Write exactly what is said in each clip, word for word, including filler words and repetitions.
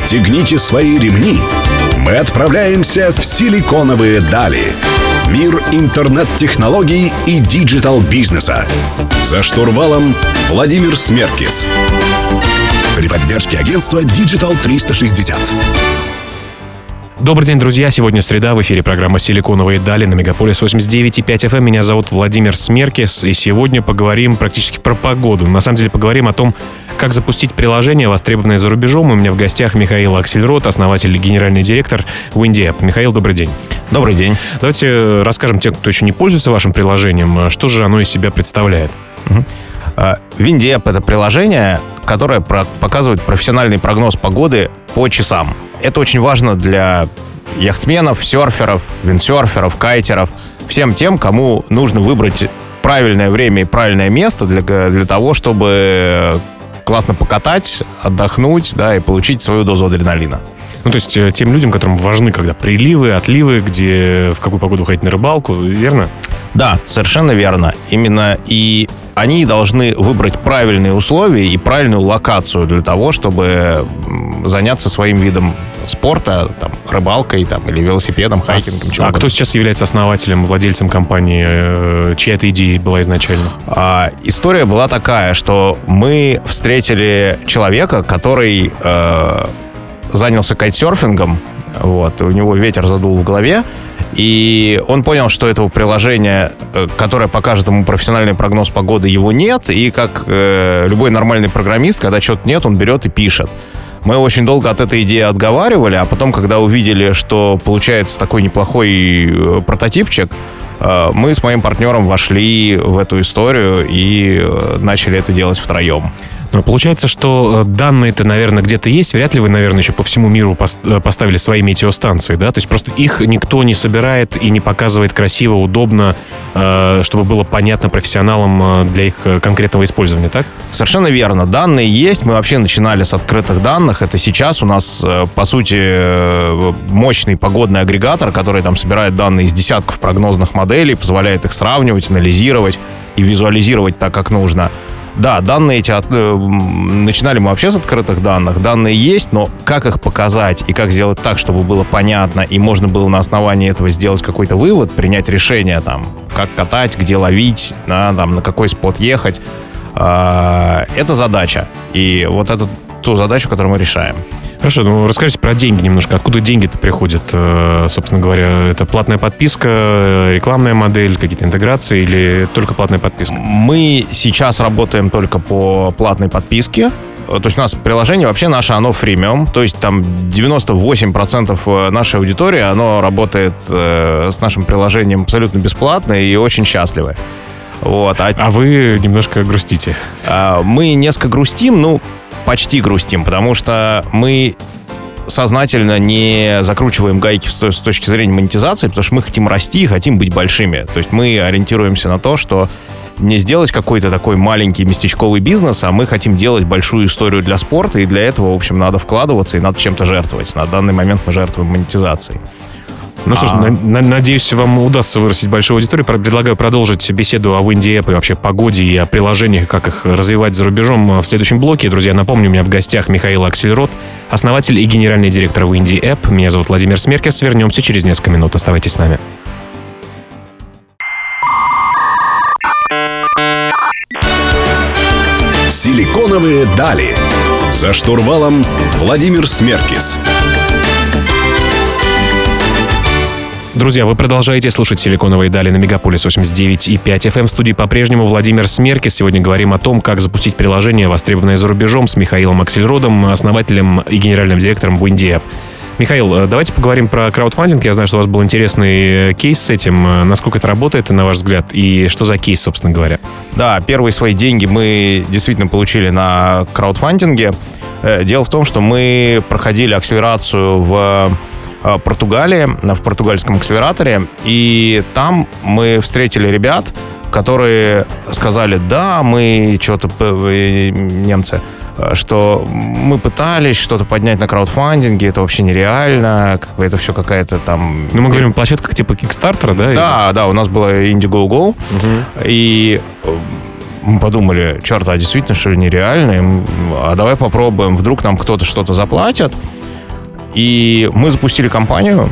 Расстегните свои ремни. Мы отправляемся в силиконовые дали. Мир интернет-технологий и диджитал-бизнеса. За штурвалом Владимир Смеркис. При поддержке агентства Digital триста шестьдесят. Добрый день, друзья. Сегодня среда. В эфире программа «Силиконовые дали» на Мегаполис восемьдесят девять и пять эф эм. Меня зовут Владимир Смеркис. И сегодня поговорим практически про погоду. На самом деле поговорим о том, как запустить приложение, востребованное за рубежом. У меня в гостях Михаил Аксельрод, основатель и генеральный директор WindyApp. Михаил, добрый день. Добрый день. Давайте расскажем тем, кто еще не пользуется вашим приложением, что же оно из себя представляет. Угу. WindyApp — это приложение, которое показывает профессиональный прогноз погоды по часам. Это очень важно для яхтсменов, серферов, виндсерферов, кайтеров, всем тем, кому нужно выбрать правильное время и правильное место для, для того, чтобы классно покатать, отдохнуть, да, и получить свою дозу адреналина. Ну, то есть тем людям, которым важны, когда приливы, отливы, где в какую погоду ходить на рыбалку, верно? Да, совершенно верно. Именно и они должны выбрать правильные условия и правильную локацию для того, чтобы заняться своим видом спорта, там, рыбалкой там, или велосипедом, хайкингом. А, а кто сейчас является основателем, владельцем компании? Чья эта идея была изначально? А, история была такая, что мы встретили человека, который э, занялся кайтсерфингом. Вот, у него ветер задул в голове, и он понял, что этого приложения, которое покажет ему профессиональный прогноз погоды, его нет, и как э, любой нормальный программист, когда чего-то нет, он берет и пишет. Мы очень долго от этой идеи отговаривали, а потом, когда увидели, что получается такой неплохой прототипчик, э, мы с моим партнером вошли в эту историю и начали это делать втроем. Но получается, что данные-то, наверное, где-то есть. Вряд ли вы, наверное, еще по всему миру поставили свои метеостанции, да? То есть просто их никто не собирает и не показывает красиво, удобно, чтобы было понятно профессионалам для их конкретного использования, так? Совершенно верно. Данные есть. Мы вообще начинали с открытых данных. Это сейчас у нас, по сути, мощный погодный агрегатор, который там собирает данные из десятков прогнозных моделей, позволяет их сравнивать, анализировать и визуализировать так, как нужно. Да, данные эти от, э, начинали мы вообще с открытых данных. Данные есть, но как их показать и как сделать так, чтобы было понятно и можно было на основании этого сделать какой-то вывод, принять решение, там, как катать, где ловить, да, там, на какой спот ехать. Э, это задача. И вот это ту задачу, которую мы решаем. Хорошо, ну расскажите про деньги немножко. Откуда деньги-то приходят, собственно говоря? Это платная подписка, рекламная модель, какие-то интеграции или только платная подписка? Мы сейчас работаем только по платной подписке. То есть у нас приложение вообще наше, оно фримиум. То есть там девяносто восемь процентов нашей аудитории, оно работает с нашим приложением абсолютно бесплатно и очень счастливы. Вот. А... а вы немножко грустите? Мы несколько грустим, ну, почти грустим, потому что мы сознательно не закручиваем гайки с точки зрения монетизации, потому что мы хотим расти, хотим быть большими. То есть мы ориентируемся на то, что не сделать какой-то такой маленький местечковый бизнес, а мы хотим делать большую историю для спорта, и для этого, в общем, надо вкладываться и надо чем-то жертвовать. На данный момент мы жертвуем монетизацией. Ну что ж, а... на, надеюсь, вам удастся вырастить большую аудиторию. Предлагаю продолжить беседу о WindyApp и вообще погоде и о приложениях, как их развивать за рубежом в следующем блоке. Друзья, напомню, у меня в гостях Михаил Аксельрод, основатель и генеральный директор WindyApp. Меня зовут Владимир Смеркис. Вернемся через несколько минут. Оставайтесь с нами. Силиконовые дали. За штурвалом Владимир Смеркис. Друзья, вы продолжаете слушать «Силиконовые дали» на Мегаполис восемьдесят девять и пять эф эм. В студии по-прежнему Владимир Смеркис. Сегодня говорим о том, как запустить приложение, востребованное за рубежом, с Михаилом Аксельродом, основателем и генеральным директором WindyApp. Михаил, давайте поговорим про краудфандинг. Я знаю, что у вас был интересный кейс с этим. Насколько это работает, на ваш взгляд, и что за кейс, собственно говоря? Да, первые свои деньги мы действительно получили на краудфандинге. Дело в том, что мы проходили акселерацию в Португалии, в португальском акселераторе, и там мы встретили ребят, которые сказали: да, мы что-то, немцы, что мы пытались что-то поднять на краудфандинге, это вообще нереально, как бы это все какая-то там... Ну, мы говорим о площадках типа Kickstarter, да? Да, или... да, у нас была Indiegogo, угу. И мы подумали: черт, а действительно, что ли, нереально? А давай попробуем, вдруг нам кто-то что-то заплатит. И мы запустили компанию.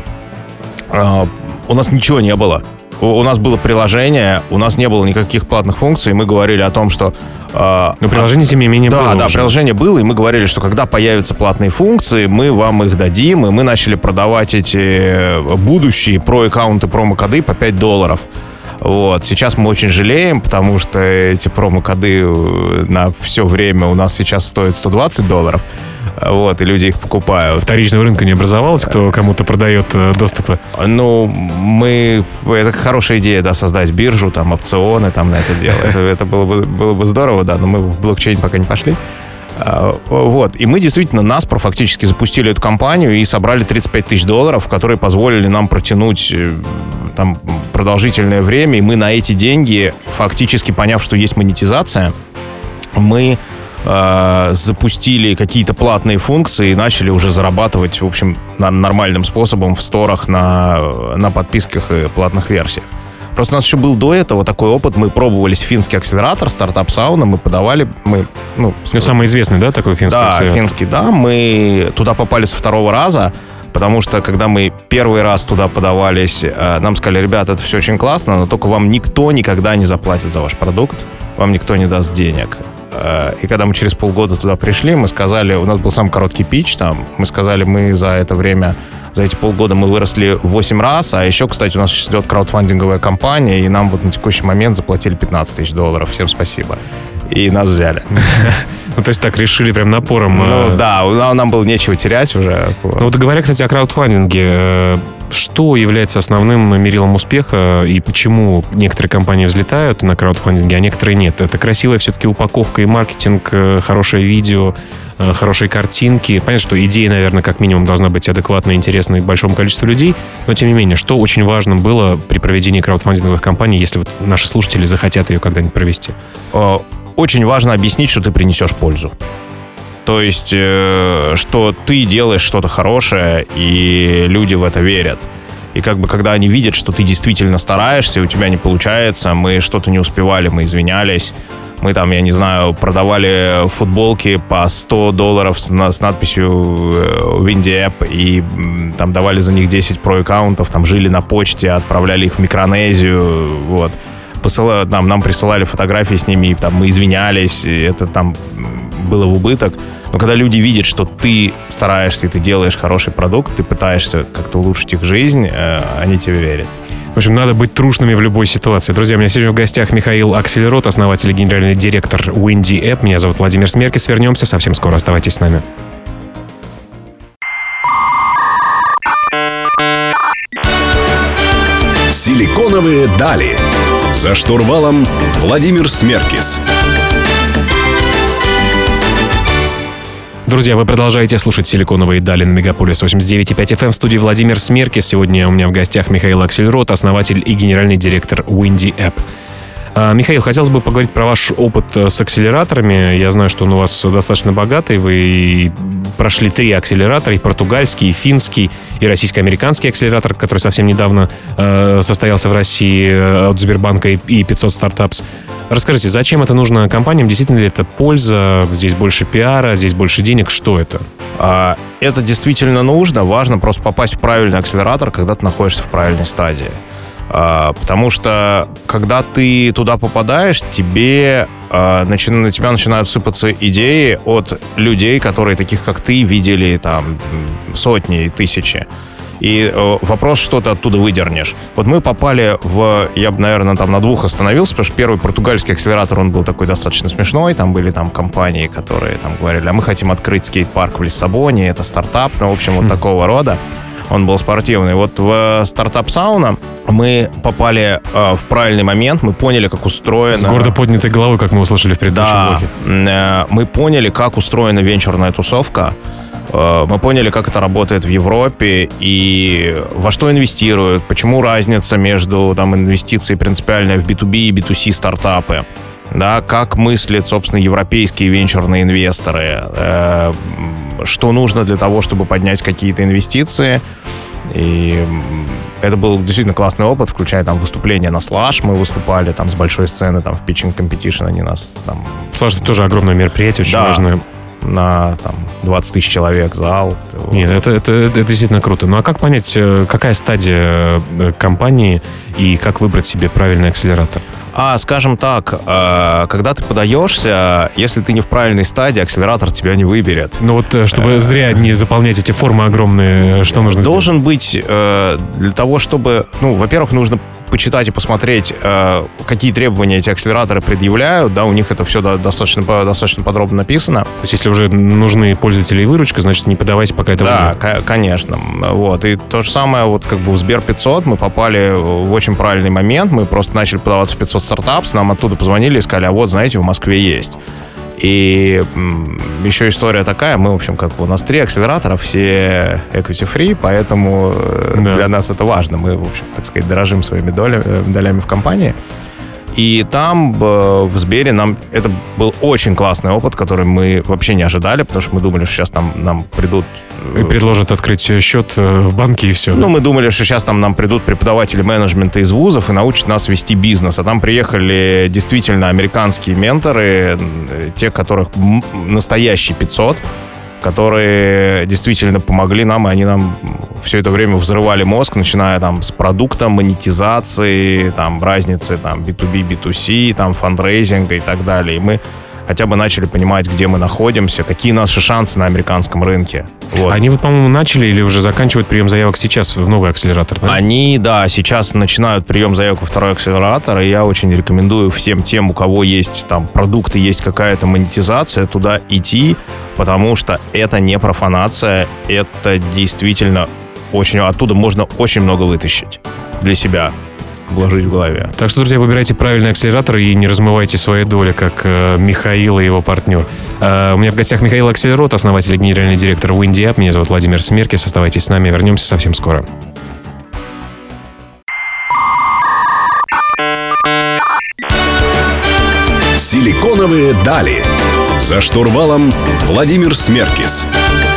У нас ничего не было. У нас было приложение, у нас не было никаких платных функций. Мы говорили о том, что... Но приложение, тем не менее, да, было Да, да, уже. приложение было, и мы говорили, что когда появятся платные функции, мы вам их дадим, и мы начали продавать эти будущие про-аккаунты, промо-коды по пять долларов. Вот. Сейчас мы очень жалеем, потому что эти промо-коды на все время у нас сейчас стоят сто двадцать долларов. Вот, и люди их покупают. Вторичного рынка не образовалось, кто кому-то продает э, доступы? Ну, мы... Это хорошая идея, да, создать биржу, там, опционы там на это дело. Это, это было, бы, было бы здорово, да, но мы в блокчейн пока не пошли. А, вот. И мы действительно, Наспор, фактически запустили эту компанию и собрали тридцать пять тысяч долларов, которые позволили нам протянуть там продолжительное время. И мы на эти деньги, фактически поняв, что есть монетизация, мы... запустили какие-то платные функции и начали уже зарабатывать, в общем, нормальным способом в сторах на, на подписках и платных версиях. Просто у нас еще был до этого такой опыт. Мы пробовали финский акселератор, стартап Сауна, мы подавали... Мы, ну, ну, самый известный, да, такой финский да, акселератор? Да, финский, да. Мы туда попали со второго раза, потому что, когда мы первый раз туда подавались, нам сказали: ребята, это все очень классно, но только вам никто никогда не заплатит за ваш продукт, вам никто не даст денег. И когда мы через полгода туда пришли, мы сказали, у нас был самый короткий питч там, мы сказали, мы за это время, за эти полгода мы выросли в восемь раз, а еще, кстати, у нас сейчас идет краудфандинговая кампания, и нам вот на текущий момент заплатили пятнадцать тысяч долларов, всем спасибо. И нас взяли. Ну, то есть так решили прям напором. Ну, да, нам было нечего терять уже. Ну, вот говоря, кстати, о краудфандинге, что является основным мерилом успеха и почему некоторые компании взлетают на краудфандинге, а некоторые нет? Это красивая все-таки упаковка и маркетинг, хорошее видео, хорошие картинки. Понятно, что идея, наверное, как минимум должна быть адекватной, интересной большому количеству людей, но тем не менее, что очень важно было при проведении краудфандинговых кампаний, если вот наши слушатели захотят ее когда-нибудь провести? Очень важно объяснить, что ты принесешь пользу. То есть, э, что ты делаешь что-то хорошее, и люди в это верят. И как бы, когда они видят, что ты действительно стараешься, и у тебя не получается, мы что-то не успевали, мы извинялись. Мы там, я не знаю, продавали футболки по сто долларов с, с надписью Windy App, и там давали за них десять про-аккаунтов, там жили на почте, отправляли их в Микронезию, вот. Посыла, нам, нам присылали фотографии с ними, и там мы извинялись, и это там было в убыток. Но когда люди видят, что ты стараешься, и ты делаешь хороший продукт, ты пытаешься как-то улучшить их жизнь, э, они тебе верят. В общем, надо быть трушными в любой ситуации. Друзья, у меня сегодня в гостях Михаил Аксельрод, основатель и генеральный директор Windy App. Меня зовут Владимир Смеркис. Вернемся совсем скоро. Оставайтесь с нами. Силиконовые дали. За штурвалом Владимир Смеркис. Друзья, вы продолжаете слушать «Силиконовые дали» на Мегаполис восемьдесят девять и пять эф эм. В студии Владимир Смеркис. Сегодня у меня в гостях Михаил Аксельрод, основатель и генеральный директор Windy App. Михаил, хотелось бы поговорить про ваш опыт с акселераторами. Я знаю, что он у вас достаточно богатый. Вы прошли три акселератора: и португальский, и финский, и российско-американский акселератор, который совсем недавно э, состоялся в России от Сбербанка и, и пятьсот стартапс. Расскажите, зачем это нужно компаниям? Действительно ли это польза? Здесь больше пиара, здесь больше денег. Что это? А, это действительно нужно. Важно просто попасть в правильный акселератор, когда ты находишься в правильной стадии. А, потому что, когда ты туда попадаешь, тебе, а, начи, на тебя начинают сыпаться идеи от людей, которые, таких как ты, видели там сотни и тысячи. И э, вопрос, что ты оттуда выдернешь. Вот мы попали в... Я бы, наверное, там на двух остановился, потому что первый португальский акселератор, он был такой достаточно смешной. Там были там компании, которые там говорили: а мы хотим открыть скейт-парк в Лиссабоне, это стартап. Ну, в общем, вот mm. такого рода. Он был спортивный. Вот в стартап Сауна мы попали э, в правильный момент, мы поняли, как устроено... С гордо поднятой головой, как мы услышали в предыдущем да, блоке. Э, мы поняли, как устроена венчурная тусовка. Мы поняли, как это работает в Европе и во что инвестируют, почему разница между там, инвестицией принципиальной в би ту би и би ту си стартапы, да, как мыслят, собственно, европейские венчурные инвесторы, э, что нужно для того, чтобы поднять какие-то инвестиции. И это был действительно классный опыт, включая там выступления на Slash. Мы выступали там с большой сцены, там в Pitching Competition они нас там... Slash — это тоже огромное мероприятие, очень да. важное. на там, двадцать тысяч человек зал. Нет, это, это, это действительно круто. Ну а как понять, какая стадия компании и как выбрать себе правильный акселератор? А, скажем так, когда ты подаешься, если ты не в правильной стадии, акселератор тебя не выберет. Ну вот, чтобы зря не заполнять эти формы огромные, что нужно сделать? Должен быть для того, чтобы... Ну, во-первых, нужно почитать и посмотреть, какие требования эти акселераторы предъявляют. Да, у них это все достаточно, достаточно подробно написано. То есть, если уже нужны пользователи и выручка, значит, не подавайся, пока это... Да, к- конечно. Вот. И то же самое вот как бы в Сбер пятьсот мы попали в очень правильный момент. Мы просто начали подаваться в пятьсот стартапс, нам оттуда позвонили и сказали, а вот, знаете, в Москве есть. И м, еще история такая, мы, в общем, как бы у нас три акселератора, все equity-free, поэтому да. Для нас это важно. Мы, в общем, так сказать, дорожим своими долями, долями в компании. И там, в Сбере, нам это был очень классный опыт, который мы вообще не ожидали, потому что мы думали, что сейчас нам, нам придут... И предложат открыть счет в банке и все. Ну, да? мы думали, что сейчас там нам придут преподаватели менеджмента из вузов и научат нас вести бизнес. А там приехали действительно американские менторы, те, которых настоящий пятьсот, которые действительно помогли нам, и они нам все это время взрывали мозг, начиная там с продукта, монетизации, там разницы там би ту би, би ту си, там фандрейзинга и так далее. И мы хотя бы начали понимать, где мы находимся, какие наши шансы на американском рынке. Вот. Они вот, по-моему, начали или уже заканчивают прием заявок сейчас в новый акселератор, да? Они, да, сейчас начинают прием заявок во второй акселератор, и я очень рекомендую всем тем, у кого есть там продукты, есть какая-то монетизация, туда идти, потому что это не профанация, это действительно очень... Оттуда можно очень много вытащить для себя, вложить в голове. Так что, друзья, выбирайте правильный акселератор и не размывайте свои доли, как э, Михаил и его партнер. Э, у меня в гостях Михаил Аксельрод, основатель и генеральный директор WindyApp. Меня зовут Владимир Смеркис. Оставайтесь с нами, вернемся совсем скоро. Силиконовые дали. За штурвалом Владимир Смеркис.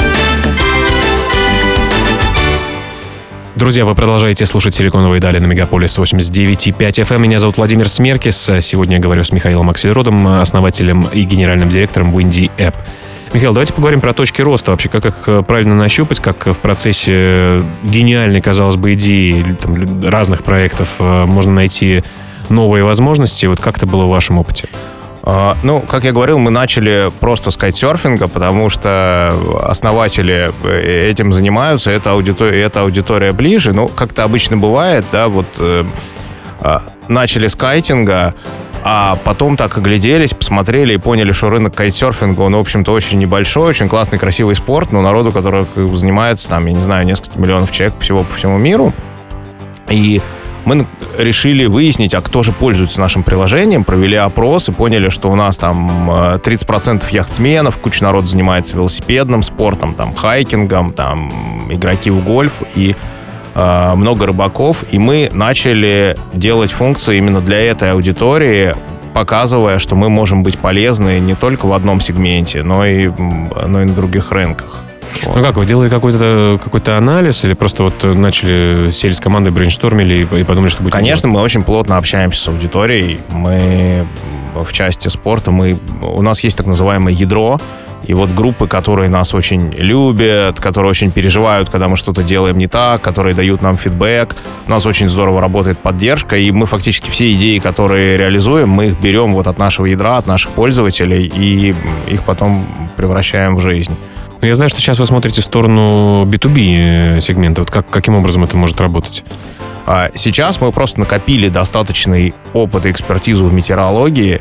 Друзья, вы продолжаете слушать «Силиконовые дали» на Мегаполис восемьдесят девять и пять эф эм. Меня зовут Владимир Смеркис. Сегодня я говорю с Михаилом Аксельродом, основателем и генеральным директором WindyApp. Михаил, давайте поговорим про точки роста вообще, как их правильно нащупать, как в процессе гениальной, казалось бы, идеи там, разных проектов можно найти новые возможности. Вот как это было в вашем опыте? Ну, как я говорил, мы начали просто с кайтсерфинга, потому что основатели этим занимаются, эта аудитория, эта аудитория ближе. Ну, как-то обычно бывает, да, вот э, начали с кайтинга, а потом так огляделись, посмотрели и поняли, что рынок кайтсерфинга, он, в общем-то, очень небольшой, очень классный, красивый спорт, но народу, который занимается, там, я не знаю, несколько миллионов человек всего по всему миру. И мы решили выяснить, а кто же пользуется нашим приложением, провели опрос и поняли, что у нас там тридцать процентов яхтсменов, куча народу занимается велосипедным спортом, там, хайкингом, там, игроки в гольф и э, много рыбаков. И мы начали делать функции именно для этой аудитории, показывая, что мы можем быть полезны не только в одном сегменте, но и, но и на других рынках. Ну как, вы делали какой-то, какой-то анализ или просто вот начали, сели с командой, брейнштормили и, и подумали, что будет? Конечно, делать? Мы очень плотно общаемся с аудиторией. Мы в части спорта, мы, у нас есть так называемое ядро, и вот группы, которые нас очень любят, которые очень переживают, когда мы что-то делаем не так, которые дают нам фидбэк. У нас очень здорово работает поддержка, и мы фактически все идеи, которые реализуем, мы их берем вот от нашего ядра, от наших пользователей, и их потом превращаем в жизнь. Я знаю, что сейчас вы смотрите в сторону би ту би сегмента. Вот как, каким образом это может работать? Сейчас мы просто накопили достаточный опыт и экспертизу в метеорологии,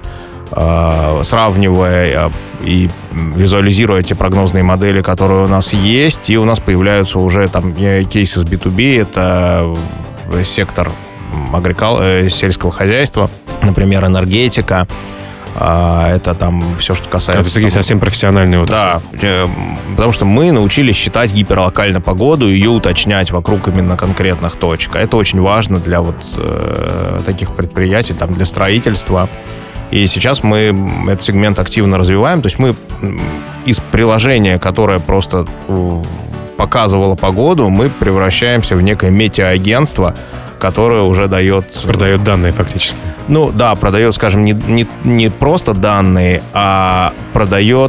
сравнивая и визуализируя те прогнозные модели, которые у нас есть, и у нас появляются уже там кейсы с би ту би, это сектор агрикал... сельского хозяйства, например, энергетика. Это там все, что касается... Это такие совсем профессиональные вот. Да, потому что мы научились считать гиперлокально погоду, ее уточнять вокруг именно конкретных точек. Это очень важно для вот э, таких предприятий, там, для строительства. И сейчас мы этот сегмент активно развиваем. То есть мы из приложения, которое просто показывало погоду, мы превращаемся в некое метеоагентство, которое уже дает... Продает данные фактически. Ну да, продает, скажем, не, не, не просто данные, а продает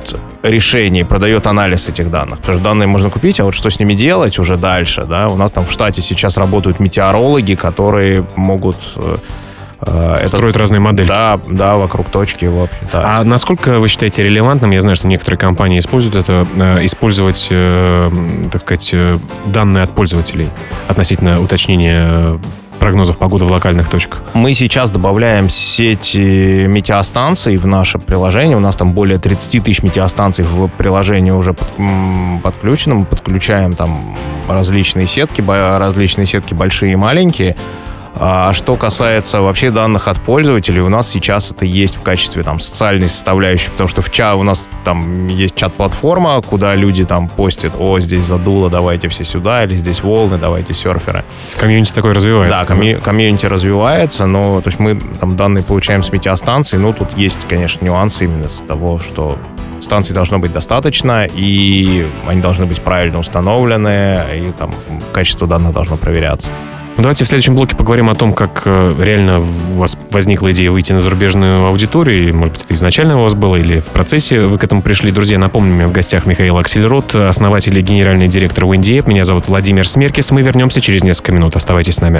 решений продает анализ этих данных. Потому что данные можно купить, а вот что с ними делать уже дальше, да, у нас там в штате сейчас работают метеорологи, которые могут... Строят это, разные модели. Да, да, вокруг точки, в общем-то. А насколько вы считаете релевантным, я знаю, что некоторые компании используют это, использовать, так сказать, данные от пользователей относительно уточнения прогнозов погоды в локальных точках? Мы сейчас добавляем сети метеостанций в наше приложение. У нас там более тридцать тысяч метеостанций в приложении уже под, подключено. Мы подключаем там различные сетки, различные сетки большие и маленькие. А что касается вообще данных от пользователей, у нас сейчас это есть в качестве там социальной составляющей, потому что в чат у нас там есть чат-платформа, куда люди там постят: о, здесь задуло, давайте все сюда, или здесь волны, давайте серферы. Комьюнити такое развивается. Да, комью- комьюнити развивается, но то есть мы там данные получаем с метеостанций, но тут есть, конечно, нюансы именно с того, что станций должно быть достаточно, и они должны быть правильно установлены, и там качество данных должно проверяться. Давайте в следующем блоке поговорим о том, как реально у вас возникла идея выйти на зарубежную аудиторию. Может быть, это изначально у вас было, или в процессе вы к этому пришли. Друзья, напомню, у меня в гостях Михаил Аксельрод, основатель и генеральный директор WindyApp. Меня зовут Владимир Смеркис. Мы вернемся через несколько минут. Оставайтесь с нами.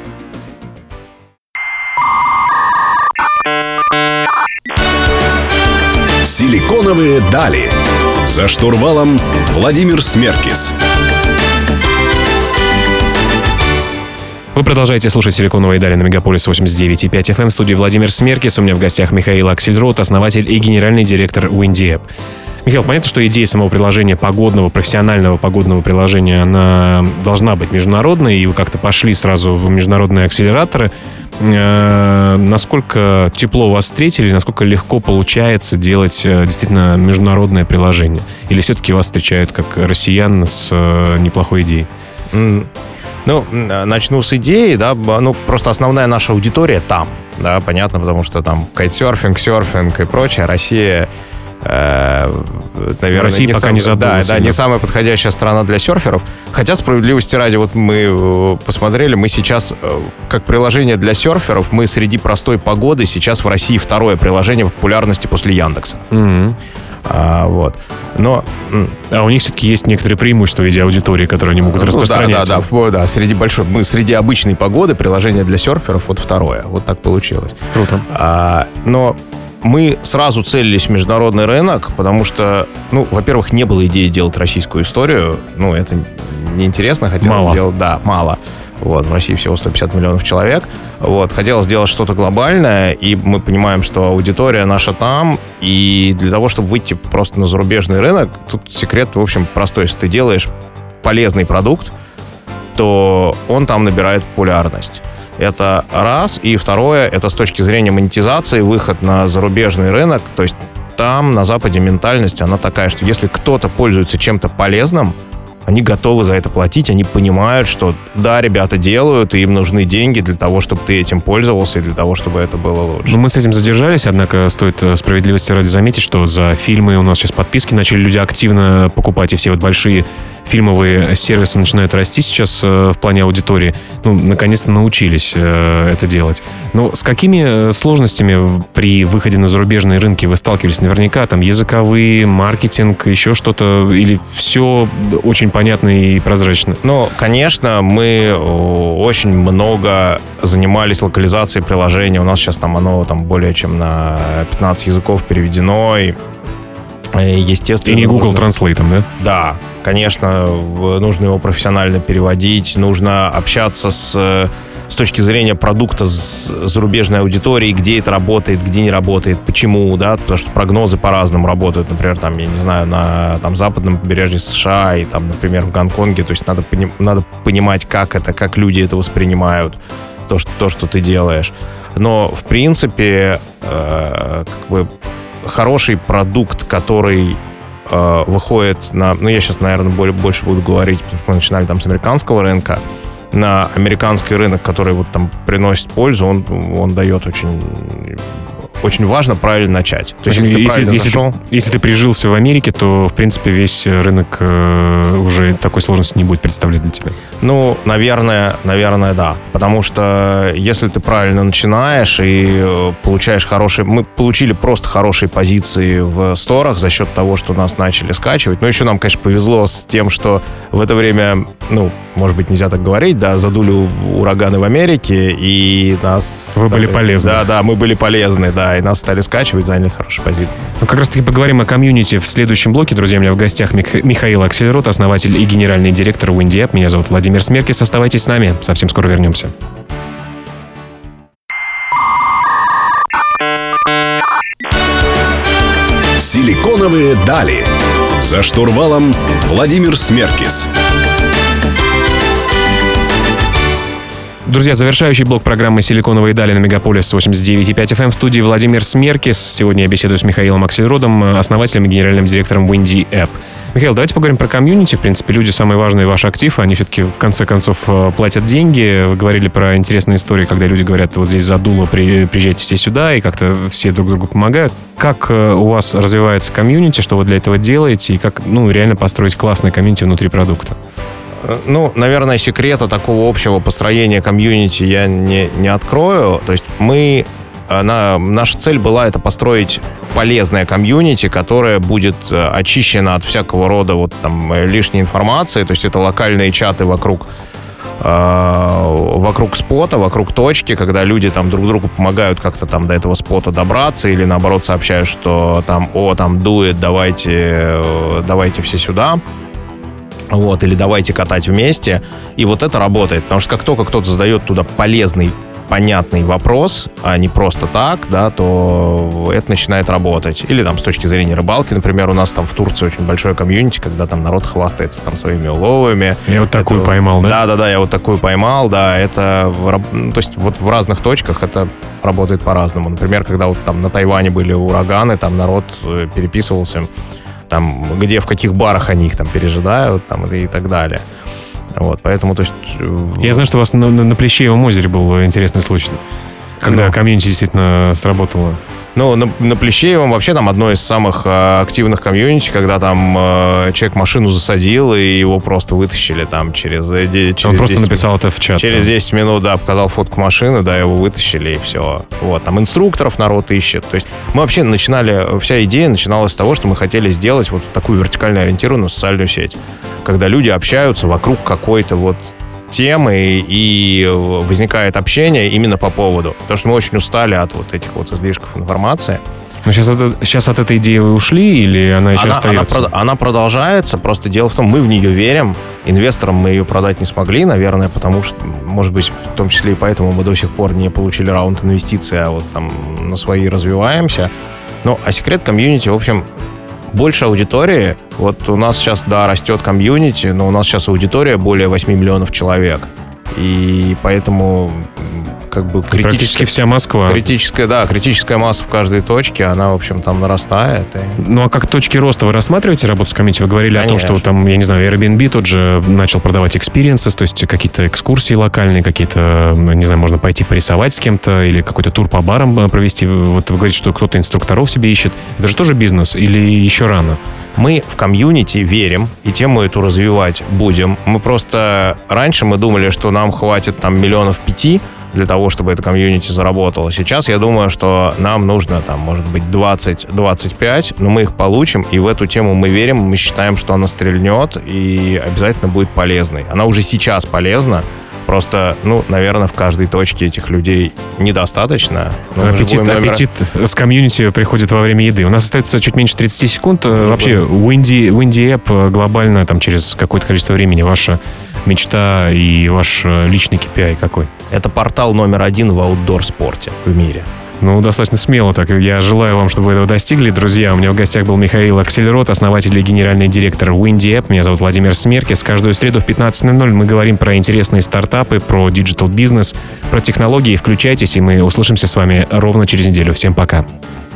Силиконовые дали. За штурвалом Владимир Смеркис. Вы продолжаете слушать «Силиконовые дали» на Мегаполис восемьдесят девять и пять эф эм. В студии Владимир Смеркис. У меня в гостях Михаил Аксельрод, основатель и генеральный директор WindyApp. Михаил, понятно, что идея самого приложения погодного, профессионального погодного приложения, она должна быть международной, и вы как-то пошли сразу в международные акселераторы. Э-э- насколько тепло вас встретили, насколько легко получается делать действительно международное приложение? Или все-таки вас встречают как россиян с э- неплохой идеей? Mm. Ну, начну с идеи, да, ну, просто основная наша аудитория там, да, понятно, потому что там кайтсерфинг, серфинг и прочее, Россия, э, наверное, Россия не, пока сам, не задумалась, да, да, не самая подходящая страна для серферов, хотя, справедливости ради, вот мы посмотрели, мы сейчас, как приложение для серферов, мы среди простой погоды сейчас в России второе приложение по популярности после Яндекса. Mm-hmm. А, вот. Но... А у них все-таки есть некоторые преимущества в виде аудитории, которые они могут распространять. Да, да, да, да, среди большой... Мы среди обычной погоды приложение для серферов вот второе. Вот так получилось. Круто. А, но мы сразу целились в международный рынок, потому что, ну, во-первых, не было идеи делать российскую историю. Ну, это неинтересно. Хотелось мало. сделать... Да, мало. Вот, в России всего сто пятьдесят миллионов человек. Вот, хотелось сделать что-то глобальное, и мы понимаем, что аудитория наша там, и для того, чтобы выйти просто на зарубежный рынок, тут секрет, в общем, простой. Если ты делаешь полезный продукт, то он там набирает популярность. Это раз. И второе, это с точки зрения монетизации, выход на зарубежный рынок. То есть там, на Западе, ментальность, она такая, что если кто-то пользуется чем-то полезным, они готовы за это платить, они понимают, что да, ребята делают, и им нужны деньги для того, чтобы ты этим пользовался, и для того, чтобы это было лучше. Ну, мы с этим задержались, однако стоит справедливости ради заметить, что за фильмы у нас сейчас подписки начали люди активно покупать, и все вот большие фильмовые сервисы начинают расти сейчас э, в плане аудитории. Ну, наконец-то научились э, это делать. Но с какими сложностями при выходе на зарубежные рынки вы сталкивались? Наверняка там языковые, маркетинг, еще что-то, или все очень понятно и прозрачно? Ну, конечно, мы очень много занимались локализацией приложения. У нас сейчас там оно там более чем на пятнадцать языков переведено, и естественно... И не Google нужно... Translate, да? Да, конечно, нужно его профессионально переводить, нужно общаться с, с точки зрения продукта с зарубежной аудиторией, где это работает, где не работает, почему, да, потому что прогнозы по-разному работают, например, там, я не знаю, на там, западном побережье США и там, например, в Гонконге, то есть надо, пони- надо понимать, как это, как люди это воспринимают, то, что, то, что ты делаешь. Но, в принципе, э, как бы хороший продукт, который э, выходит на... Ну, я сейчас, наверное, более, больше буду говорить, потому что мы начинали там с американского рынка. На американский рынок, который вот там приносит пользу, он, он дает очень очень важно правильно начать. То есть, Если, если, ты если, если, зашел... ты, если ты прижился в Америке, то, в принципе, весь рынок э, уже такой сложности не будет представлять для тебя. Ну, наверное, наверное, да. Потому что если ты правильно начинаешь и получаешь хорошие... Мы получили просто хорошие позиции в сторах за счет того, что нас начали скачивать. Но еще нам, конечно, повезло с тем, что в это время, ну, может быть, нельзя так говорить, да, задули ураганы в Америке, и нас... Вы стали... были полезны. Да, да, мы были полезны, да, и нас стали скачивать, заняли хорошие позиции. Ну, как раз-таки поговорим о комьюнити в следующем блоке. Друзья, у меня в гостях Мих- Михаил Аксельрод, основатель и генеральный директор Windy App. Меня зовут Владимир Смеркис. Оставайтесь с нами, совсем скоро вернемся. Силиконовые дали. За штурвалом Владимир Смеркис. Друзья, завершающий блок программы «Силиконовые дали» на Мегаполис восемьдесят девять и пять эф эм в студии Владимир Смеркис. Сегодня я беседую с Михаилом Аксельродом, основателем и генеральным директором Windy App. Михаил, давайте поговорим про комьюнити. В принципе, люди — самый важный ваш актив. Они все-таки, в конце концов, платят деньги. Вы говорили про интересные истории, когда люди говорят: вот здесь задуло, при, приезжайте все сюда, и как-то все друг другу помогают. Как у вас развивается комьюнити, что вы для этого делаете, и как, ну, реально построить классное комьюнити внутри продукта? Ну, наверное, секрета такого общего построения комьюнити я не, не открою. То есть мы... На, наша цель была это построить полезное комьюнити, которое будет очищено от всякого рода вот там лишней информации. То есть это локальные чаты вокруг, э, вокруг спота, вокруг точки, когда люди там друг другу помогают как-то там до этого спота добраться, или наоборот сообщают, что там, о, там дует, давайте, давайте все сюда. Вот, или давайте катать вместе. И вот это работает. Потому что как только кто-то задает туда полезный, понятный вопрос, а не просто так, да, то это начинает работать. Или там с точки зрения рыбалки, например, у нас там в Турции очень большое комьюнити, когда там народ хвастается там своими уловами. Я вот такую это, поймал, да? Да-да-да, я вот такую поймал, да. Это, ну, то есть вот в разных точках это работает по-разному. Например, когда вот там на Тайване были ураганы, там народ переписывался, там, где, в каких барах они их там пережидают, там, и, и так далее. Вот, поэтому, то есть... Я знаю, что у вас на, на, на Плещеевом озере был интересный случай, когда ну, комьюнити действительно сработало. Ну, на, на Плещеевом вообще там одно из самых э, активных комьюнити, когда там э, человек машину засадил, и его просто вытащили там через... Э, через Он просто написал это в чат. Через десять минут, да, показал фотку машины, да, его вытащили, и все. Вот, там инструкторов народ ищет. То есть мы вообще начинали... Вся идея начиналась с того, что мы хотели сделать вот такую вертикально ориентированную социальную сеть, когда люди общаются вокруг какой-то вот темы, и возникает общение именно по поводу. Потому что мы очень устали от вот этих вот излишков информации. Но сейчас, это, сейчас от этой идеи вы ушли, или она еще она, остается? Она, она продолжается, просто дело в том, мы в нее верим. Инвесторам мы ее продать не смогли, наверное, потому что, может быть, в том числе и поэтому мы до сих пор не получили раунд инвестиций, а вот там на свои развиваемся. Ну, а секрет комьюнити, в общем, больше аудитории. Вот у нас сейчас, да, растет комьюнити, но у нас сейчас аудитория более восемь миллионов человек. И поэтому как бы критическая... Практически вся Москва. Критическая, да, критическая масса в каждой точке, она, в общем, там нарастает. И... Ну, а как точки роста вы рассматриваете работу с комьюнити? Вы говорили Конечно. о том, что там, я не знаю, Airbnb тот же начал продавать experiences, то есть какие-то экскурсии локальные, какие-то, не знаю, можно пойти порисовать с кем-то или какой-то тур по барам провести. Вот вы говорите, что кто-то инструкторов себе ищет. Это же тоже бизнес или еще рано? Мы в комьюнити верим, и тему эту развивать будем. Мы просто... Раньше мы думали, что нам хватит там миллионов пяти для того, чтобы это комьюнити заработало. Сейчас я думаю, что нам нужно там, может быть, двадцать-двадцать пять, но мы их получим, и в эту тему мы верим, мы считаем, что она стрельнет и обязательно будет полезной. Она уже сейчас полезна, просто, ну, наверное, в каждой точке этих людей недостаточно. Аппетит, номер... аппетит с комьюнити приходит во время еды. У нас остается чуть меньше тридцать секунд. Уже Вообще, Windy, Windy App глобально там через какое-то количество времени ваша мечта и ваш личный кей пи ай какой? Это портал номер один в аутдор-спорте в мире. Ну, достаточно смело так. Я желаю вам, чтобы вы этого достигли. Друзья, у меня в гостях был Михаил Аксельрод, основатель и генеральный директор Windy App. Меня зовут Владимир Смеркис. Каждую среду в пятнадцать ноль ноль мы говорим про интересные стартапы, про диджитал-бизнес, про технологии. Включайтесь, и мы услышимся с вами ровно через неделю. Всем пока.